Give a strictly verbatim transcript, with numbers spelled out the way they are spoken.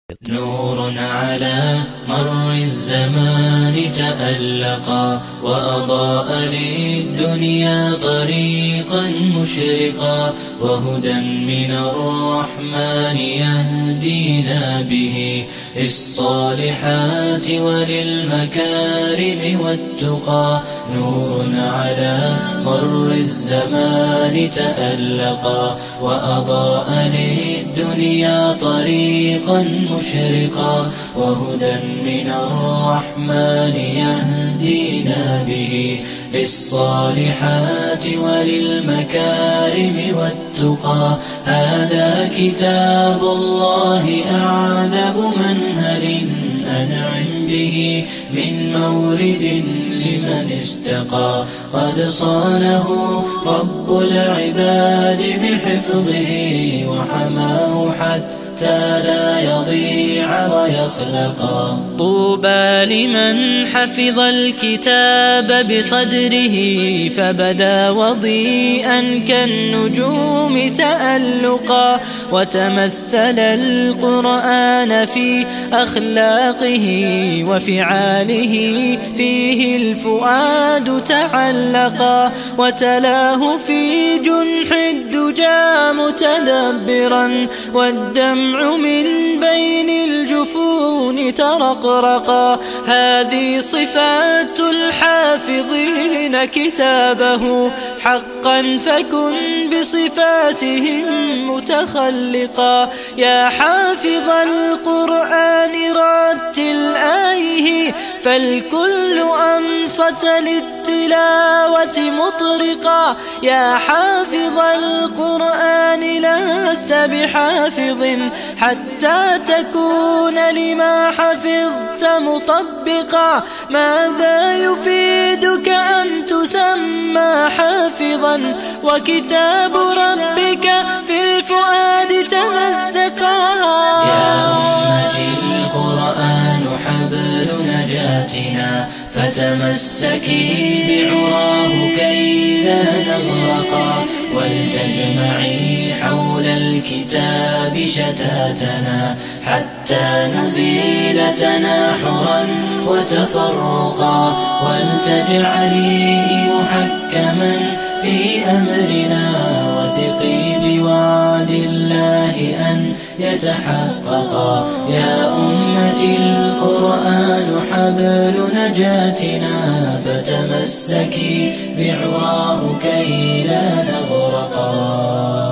نور على مر الزمان تألقا وأضاء للدنيا طريقا مشرقا، وهدى من الرحمن يهدينا به للصالحات وللمكارم والتقى. نور على مر الزمان تألقا وأضاء للدنيا طريقا مشرقا، وهدى من الرحمن يهدينا به للصالحات وللمكارم والتقى. هذا كتاب الله أعذب منهل أنعم به من مورد لمن استقى. قد صانه رب العباد بحفظه وحماه حتى لا يضيع ويخلقا. طوبى لمن حفظ الكتاب بصدره فبدا وضيئا كالنجوم تألقا، وتمثل القرآن في أخلاقه وفعاله فيه الفؤاد تعلقا، وتلاه في جنح الدجى متدبرا والدمع من بين الجفون ترقرقا. هذه صفات الحافظين كتابه حقا، فكن بصفاتهم متخلقا. يا حافظ القرآن رتل آيه فالكل أنصت للتلاوة مطرقا. يا حافظ القرآن لست بحافظ حتى تكون لما حفظت مطبقا. ماذا يفيدك أن تسمى حافظا وكتاب ربك في الفؤاد تمزقا. يا أمتي القرآن حبل نجاتنا فتمسكي بعراه كي لا نغرقا، ولتجمعي حول الكتاب شتاتنا حتى نزيل تناحرا وتفرقا، ولتجعليه محكما في أمرنا، وثقي بوعد الله أن يتحققا. يا أمتي القرآن حبل نجاتنا فتمسكي بعراه كي لا نغرقا.